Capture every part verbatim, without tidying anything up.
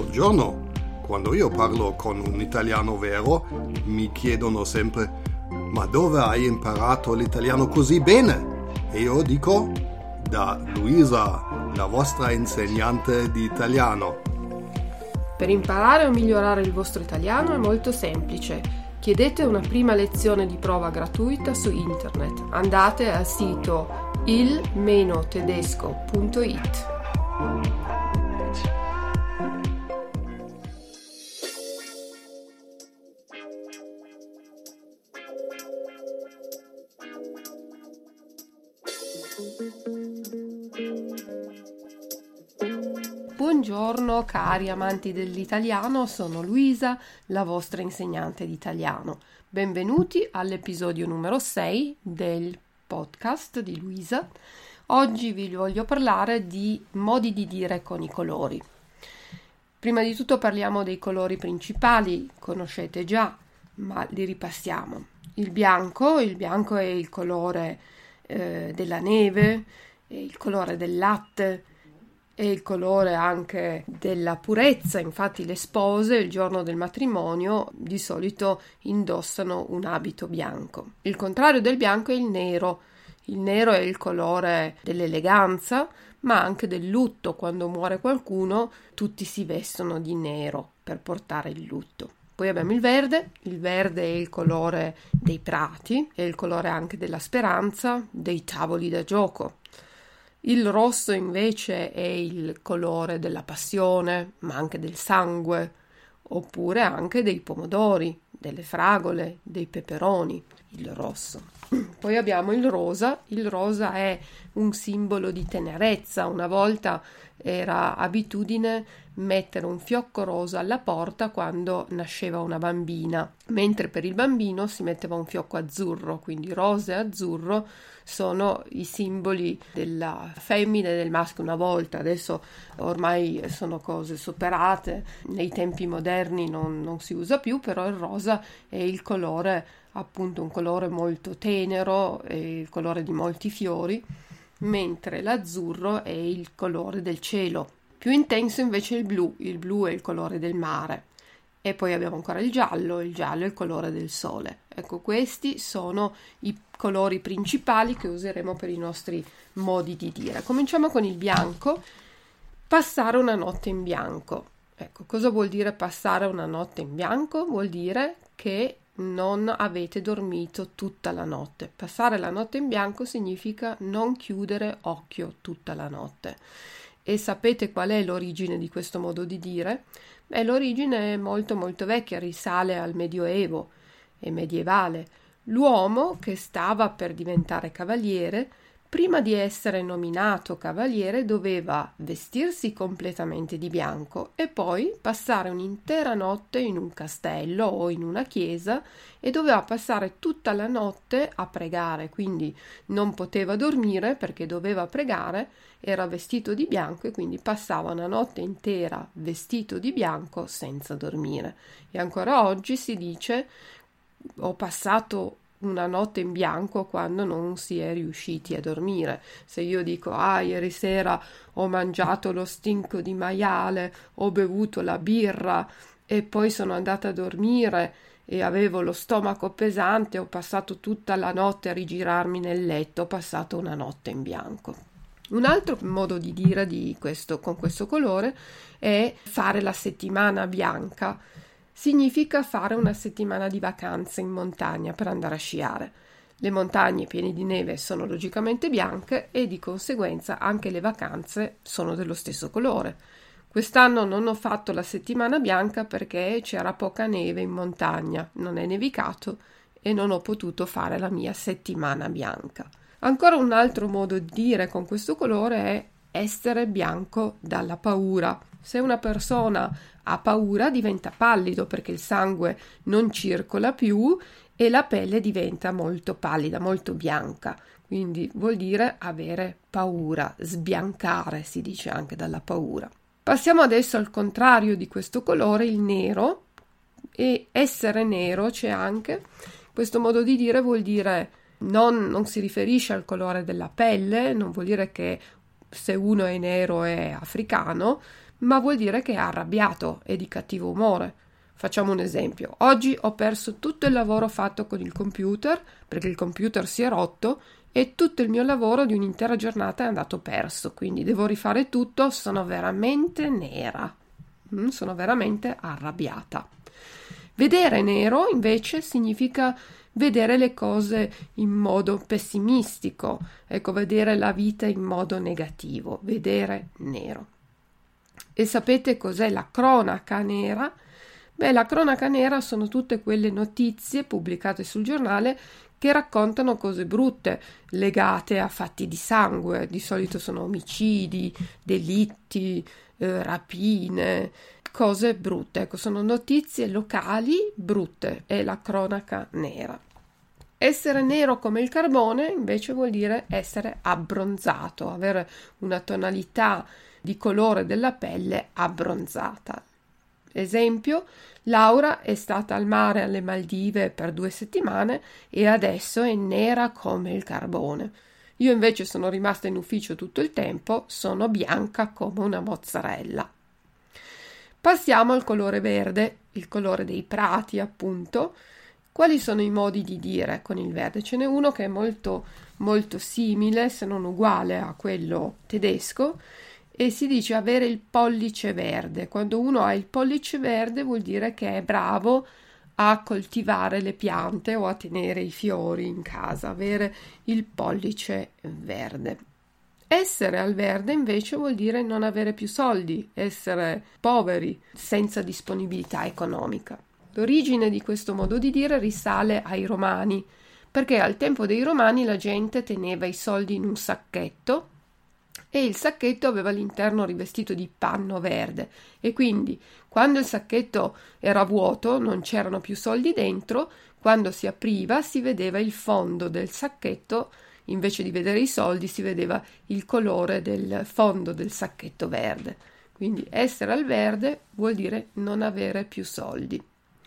Buongiorno. Quando io parlo con un italiano vero, mi chiedono sempre: ma dove hai imparato l'italiano così bene? E io dico: da Luisa, la vostra insegnante di italiano. Per imparare o migliorare il vostro italiano è molto semplice. Chiedete una prima lezione di prova gratuita su internet. Andate al sito il tedesco punto it. Buongiorno cari amanti dell'italiano, sono Luisa, la vostra insegnante di italiano. Benvenuti all'episodio numero sei del podcast di Luisa. Oggi vi voglio parlare di modi di dire con i colori. Prima di tutto parliamo dei colori principali, conoscete già, ma li ripassiamo. Il bianco, il bianco è il colore eh, della neve, è il colore del latte, è il colore anche della purezza. Infatti le spose il giorno del matrimonio di solito indossano un abito bianco. Il contrario del bianco è il nero. Il nero è il colore dell'eleganza, ma anche del lutto. Quando muore qualcuno, tutti si vestono di nero per portare il lutto. Poi abbiamo il verde. Il verde è il colore dei prati, è il colore anche della speranza, dei tavoli da gioco. Il rosso invece è il colore della passione, ma anche del sangue, oppure anche dei pomodori, delle fragole, dei peperoni, il rosso. Poi abbiamo il rosa. Il rosa è un simbolo di tenerezza. Una volta era abitudine mettere un fiocco rosa alla porta quando nasceva una bambina, mentre per il bambino si metteva un fiocco azzurro, quindi rosa e azzurro sono i simboli della femmina e del maschio una volta. Adesso ormai sono cose superate, nei tempi moderni non, non si usa più, però il rosa è il colore, appunto un colore molto tenero, è il colore di molti fiori, mentre l'azzurro è il colore del cielo. Più intenso invece è il blu. Il blu è il colore del mare. E poi abbiamo ancora il giallo. Il giallo è il colore del sole. Ecco, questi sono i colori principali che useremo per i nostri modi di dire. Cominciamo con il bianco. Passare una notte in bianco. Ecco, cosa vuol dire passare una notte in bianco? Vuol dire che non avete dormito tutta la notte. Passare la notte in bianco significa non chiudere occhio tutta la notte. E sapete qual è l'origine di questo modo di dire? Beh, l'origine è molto molto vecchia, risale al Medioevo e medievale. L'uomo che stava per diventare cavaliere, prima di essere nominato cavaliere, doveva vestirsi completamente di bianco e poi passare un'intera notte in un castello o in una chiesa e doveva passare tutta la notte a pregare, quindi non poteva dormire perché doveva pregare, era vestito di bianco e quindi passava una notte intera vestito di bianco senza dormire. E ancora oggi si dice: ho passato una notte in bianco quando non si è riusciti a dormire. Se io dico: ah, ieri sera ho mangiato lo stinco di maiale, ho bevuto la birra e poi sono andata a dormire e avevo lo stomaco pesante, ho passato tutta la notte a rigirarmi nel letto, ho passato una notte in bianco. Un altro modo di dire di questo, con questo colore, è fare la settimana bianca. Significa fare una settimana di vacanze in montagna per andare a sciare. Le montagne piene di neve sono logicamente bianche e di conseguenza anche le vacanze sono dello stesso colore. Quest'anno non ho fatto la settimana bianca perché c'era poca neve in montagna, non è nevicato e non ho potuto fare la mia settimana bianca. Ancora un altro modo di dire con questo colore è essere bianco dalla paura. Se una persona ha paura diventa pallido perché il sangue non circola più e la pelle diventa molto pallida, molto bianca. Quindi vuol dire avere paura, sbiancare si dice anche dalla paura. Passiamo adesso al contrario di questo colore, il nero. E essere nero c'è anche. Questo modo di dire vuol dire non, non si riferisce al colore della pelle, non vuol dire che se uno è nero è africano, ma vuol dire che è arrabbiato e di cattivo umore. Facciamo un esempio. Oggi ho perso tutto il lavoro fatto con il computer, perché il computer si è rotto, e tutto il mio lavoro di un'intera giornata è andato perso, quindi devo rifare tutto, sono veramente nera, mm, sono veramente arrabbiata. Vedere nero invece significa vedere le cose in modo pessimistico, ecco, vedere la vita in modo negativo, vedere nero. E sapete cos'è la cronaca nera? Beh, la cronaca nera sono tutte quelle notizie pubblicate sul giornale che raccontano cose brutte legate a fatti di sangue, di solito sono omicidi, delitti, eh, rapine, cose brutte, ecco, sono notizie locali brutte, è la cronaca nera. Essere nero come il carbone invece vuol dire essere abbronzato, avere una tonalità di colore della pelle abbronzata. Esempio, Laura è stata al mare alle Maldive per due settimane e adesso è nera come il carbone. Io invece sono rimasta in ufficio tutto il tempo, sono bianca come una mozzarella. Passiamo al colore verde, il colore dei prati, appunto. Quali sono i modi di dire con il verde? Ce n'è uno che è molto, molto simile, se non uguale a quello tedesco, e si dice avere il pollice verde. Quando uno ha il pollice verde vuol dire che è bravo a coltivare le piante o a tenere i fiori in casa, avere il pollice verde. Essere al verde invece vuol dire non avere più soldi, essere poveri, senza disponibilità economica. L'origine di questo modo di dire risale ai Romani, perché al tempo dei Romani la gente teneva i soldi in un sacchetto e il sacchetto aveva l'interno rivestito di panno verde e quindi quando il sacchetto era vuoto, non c'erano più soldi dentro, quando si apriva si vedeva il fondo del sacchetto, invece di vedere i soldi si vedeva il colore del fondo del sacchetto verde. Quindi essere al verde vuol dire non avere più soldi.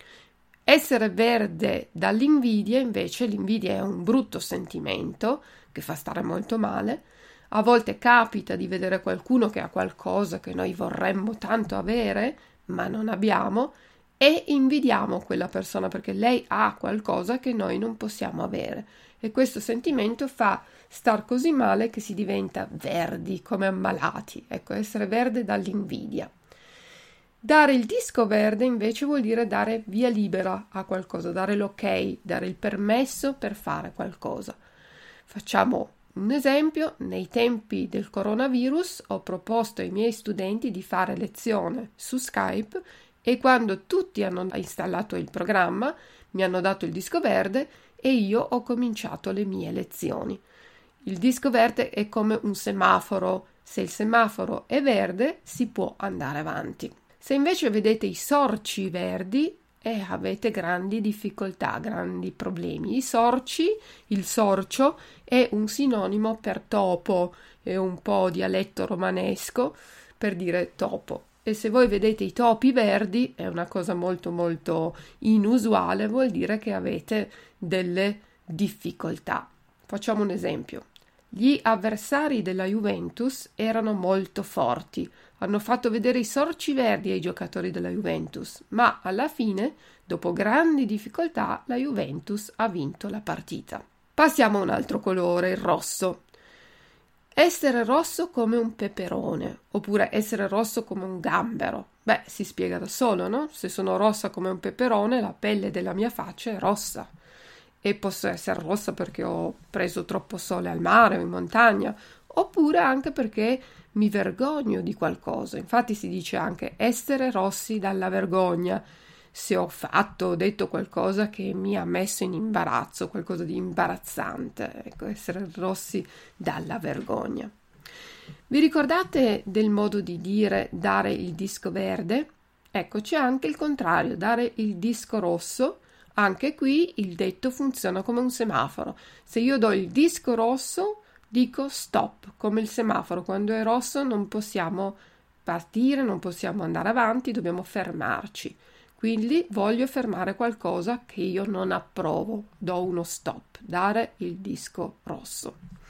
Essere verde dall'invidia, invece, l'invidia è un brutto sentimento che fa stare molto male. A volte capita di vedere qualcuno che ha qualcosa che noi vorremmo tanto avere, ma non abbiamo, e invidiamo quella persona perché lei ha qualcosa che noi non possiamo avere. E questo sentimento fa star così male che si diventa verdi, come ammalati. Ecco, essere verde dall'invidia. Dare il disco verde invece vuol dire dare via libera a qualcosa, dare l'ok, dare il permesso per fare qualcosa. Facciamo un esempio: nei tempi del coronavirus ho proposto ai miei studenti di fare lezione su Skype e quando tutti hanno installato il programma mi hanno dato il disco verde e io ho cominciato le mie lezioni. Il disco verde è come un semaforo, se il semaforo è verde si può andare avanti. Se invece vedete i sorci verdi, eh, avete grandi difficoltà, grandi problemi. I sorci, il sorcio, è un sinonimo per topo, è un po' dialetto romanesco per dire topo. E se voi vedete i topi verdi, è una cosa molto molto inusuale, vuol dire che avete delle difficoltà. Facciamo un esempio. Gli avversari della Juventus erano molto forti, hanno fatto vedere i sorci verdi ai giocatori della Juventus, ma alla fine, dopo grandi difficoltà, la Juventus ha vinto la partita. Passiamo a un altro colore, il rosso. Essere rosso come un peperone, oppure essere rosso come un gambero. Beh, si spiega da solo, no? Se sono rossa come un peperone, la pelle della mia faccia è rossa. E posso essere rossa perché ho preso troppo sole al mare o in montagna, oppure anche perché mi vergogno di qualcosa. Infatti si dice anche essere rossi dalla vergogna, se ho fatto o detto qualcosa che mi ha messo in imbarazzo, qualcosa di imbarazzante, ecco, essere rossi dalla vergogna. Vi ricordate del modo di dire dare il disco verde? Ecco, c'è anche il contrario, dare il disco rosso. Anche qui il detto funziona come un semaforo. Se io do il disco rosso, dico stop, come il semaforo. Quando è rosso non possiamo partire, non possiamo andare avanti, dobbiamo fermarci. Quindi voglio fermare qualcosa che io non approvo, do uno stop, dare il disco rosso.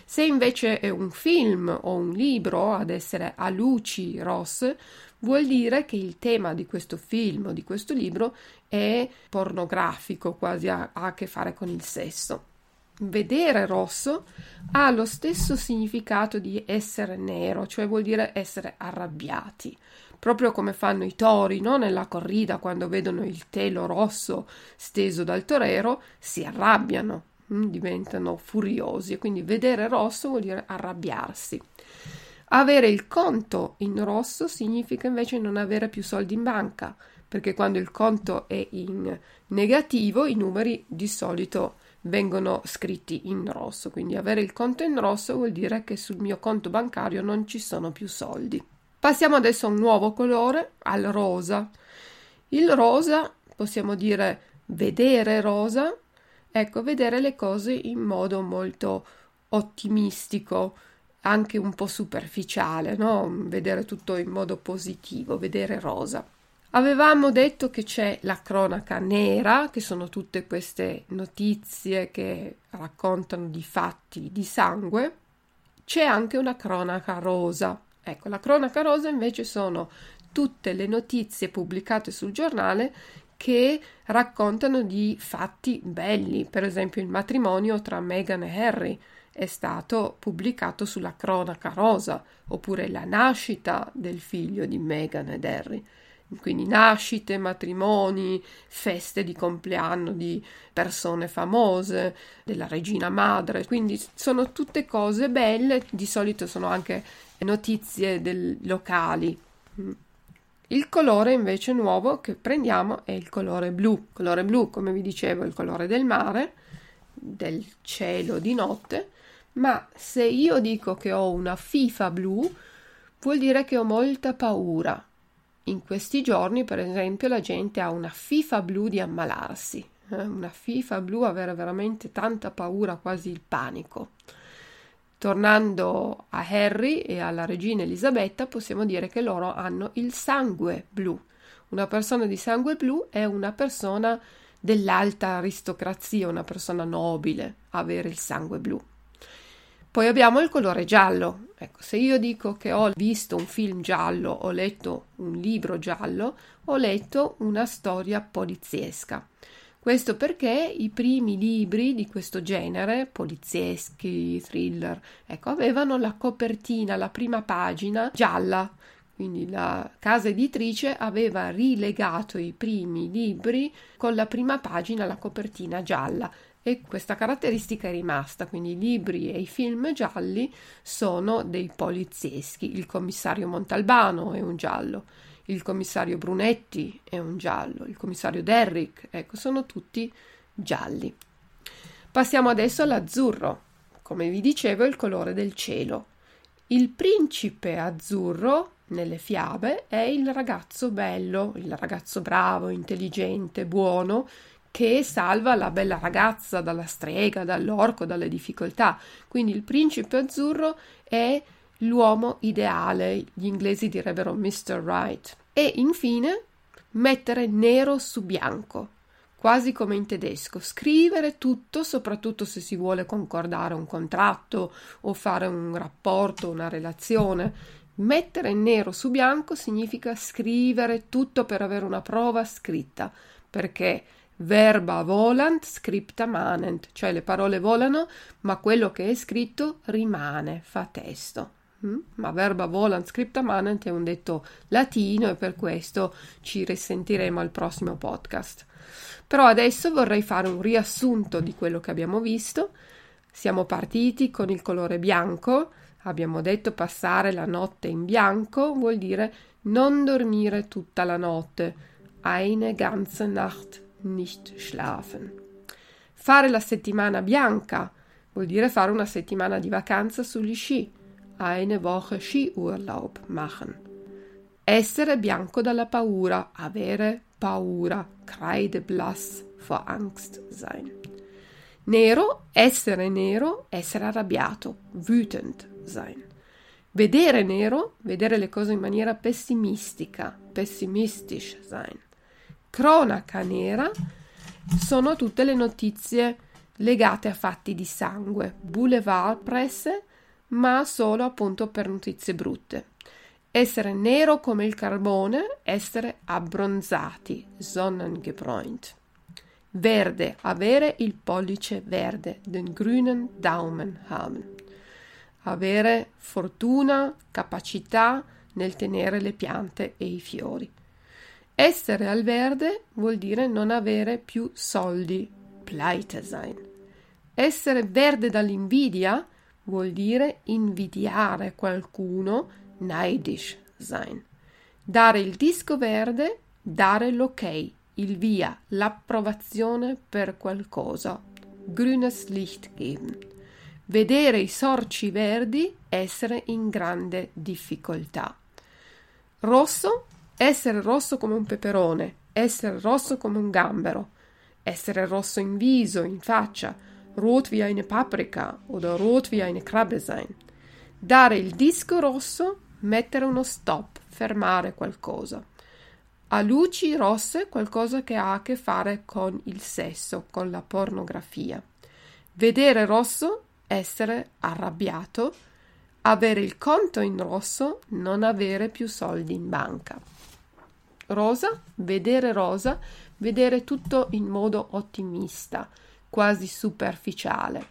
Se invece è un film o un libro ad essere a luci rosse, vuol dire che il tema di questo film o di questo libro è pornografico, quasi ha, ha a che fare con il sesso. Vedere rosso ha lo stesso significato di essere nero, cioè vuol dire essere arrabbiati, proprio come fanno i tori, no? Nella corrida, quando vedono il telo rosso steso dal torero, si arrabbiano, mh? diventano furiosi, e quindi vedere rosso vuol dire arrabbiarsi. Avere il conto in rosso significa invece non avere più soldi in banca, perché quando il conto è in negativo i numeri di solito vengono scritti in rosso, quindi avere il conto in rosso vuol dire che sul mio conto bancario non ci sono più soldi. Passiamo adesso a un nuovo colore, al rosa. Il rosa, possiamo dire vedere rosa, ecco, vedere le cose in modo molto ottimistico, anche un po' superficiale, no? Vedere tutto in modo positivo, vedere rosa. Avevamo detto che c'è la cronaca nera, che sono tutte queste notizie che raccontano di fatti di sangue. C'è anche una cronaca rosa. Ecco, la cronaca rosa invece sono tutte le notizie pubblicate sul giornale che raccontano di fatti belli. Per esempio, il matrimonio tra Meghan e Harry è stato pubblicato sulla cronaca rosa, oppure la nascita del figlio di Meghan ed Harry. Quindi nascite, matrimoni, feste di compleanno di persone famose, della regina madre, quindi sono tutte cose belle, di solito sono anche notizie del, locali. Il colore invece nuovo che prendiamo è il colore blu. Il colore blu, come vi dicevo, è il colore del mare, del cielo di notte, ma se io dico che ho una fifa blu, vuol dire che ho molta paura. In questi giorni, per esempio, la gente ha una fifa blu di ammalarsi, eh? Una fifa blu, avere veramente tanta paura, quasi il panico. Tornando a Harry e alla regina Elisabetta, possiamo dire che loro hanno il sangue blu. Una persona di sangue blu è una persona dell'alta aristocrazia, una persona nobile, avere il sangue blu. Poi abbiamo il colore giallo. Ecco, se io dico che ho visto un film giallo, ho letto un libro giallo, ho letto una storia poliziesca. Questo perché i primi libri di questo genere, polizieschi, thriller, ecco, avevano la copertina, la prima pagina gialla. Quindi la casa editrice aveva rilegato i primi libri con la prima pagina, la copertina gialla. E questa caratteristica è rimasta, quindi i libri e i film gialli sono dei polizieschi. Il commissario Montalbano è un giallo, il commissario Brunetti è un giallo, il commissario Derrick, ecco, sono tutti gialli. Passiamo adesso all'azzurro. Come vi dicevo, è il colore del cielo. Il principe azzurro nelle fiabe è il ragazzo bello, il ragazzo bravo, intelligente, buono, che salva la bella ragazza dalla strega, dall'orco, dalle difficoltà. Quindi il principe azzurro è l'uomo ideale, gli inglesi direbbero mister Right. E infine mettere nero su bianco, quasi come in tedesco, scrivere tutto, soprattutto se si vuole concordare un contratto o fare un rapporto, una relazione. Mettere nero su bianco significa scrivere tutto per avere una prova scritta, perché verba volant, scripta manent, cioè le parole volano, ma quello che è scritto rimane, fa testo. Mm? Ma verba volant, scripta manent è un detto latino e per questo ci risentiremo al prossimo podcast. Però adesso vorrei fare un riassunto di quello che abbiamo visto. Siamo partiti con il colore bianco, abbiamo detto passare la notte in bianco vuol dire non dormire tutta la notte, eine ganze Nacht nicht schlafen. Fare la settimana bianca vuol dire fare una settimana di vacanza sugli sci, eine Woche Skiurlaub machen. Essere bianco dalla paura, avere paura, kreideblass vor Angst sein. Nero, essere nero, essere arrabbiato, wütend sein. Vedere nero, vedere le cose in maniera pessimistica, pessimistisch sein. Cronaca nera sono tutte le notizie legate a fatti di sangue, boulevard presse, ma solo appunto per notizie brutte. Essere nero come il carbone, essere abbronzati, sonnengebräunt. Verde, avere il pollice verde, den grünen Daumen haben. Avere fortuna, capacità nel tenere le piante e i fiori. Essere al verde vuol dire non avere più soldi, pleite sein. Essere verde dall'invidia vuol dire invidiare qualcuno, neidisch sein. Dare il disco verde, dare l'ok, il via, l'approvazione per qualcosa, grünes Licht geben. Vedere i sorci verdi, essere in grande difficoltà. Rosso, essere rosso come un peperone, essere rosso come un gambero, essere rosso in viso, in faccia, rot wie eine Paprika oder rot wie eine Krabbe sein. Dare il disco rosso, mettere uno stop, fermare qualcosa. A luci rosse qualcosa che ha a che fare con il sesso, con la pornografia. Vedere rosso, essere arrabbiato. Avere il conto in rosso, non avere più soldi in banca. Rosa, vedere rosa, vedere tutto in modo ottimista, quasi superficiale.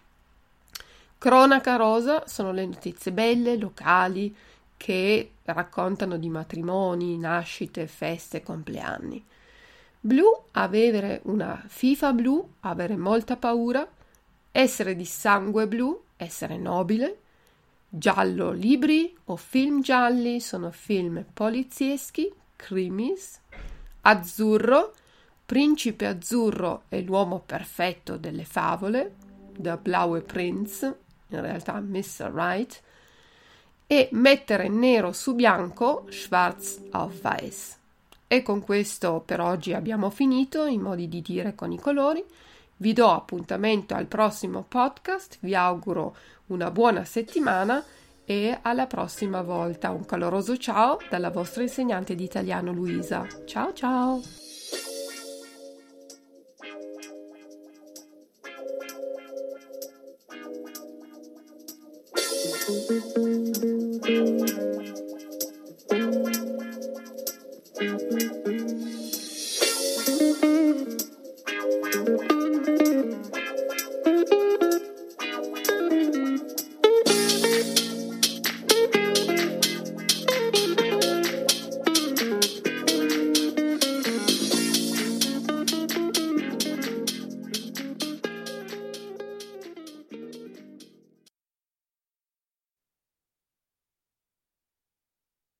Cronaca rosa sono le notizie belle, locali, che raccontano di matrimoni, nascite, feste, compleanni. Blu, avere una FIFA blu, avere molta paura. Essere di sangue blu, essere nobile. Giallo, libri o film gialli, sono film polizieschi, crimis. Azzurro, principe azzurro è l'uomo perfetto delle favole, der blaue Prinz, in realtà mister Right. E mettere nero su bianco, schwarz auf weiß. E con questo per oggi abbiamo finito i modi di dire con i colori. Vi do appuntamento al prossimo podcast, vi auguro una buona settimana e alla prossima volta. Un caloroso ciao dalla vostra insegnante di italiano Luisa. Ciao ciao! Thank you.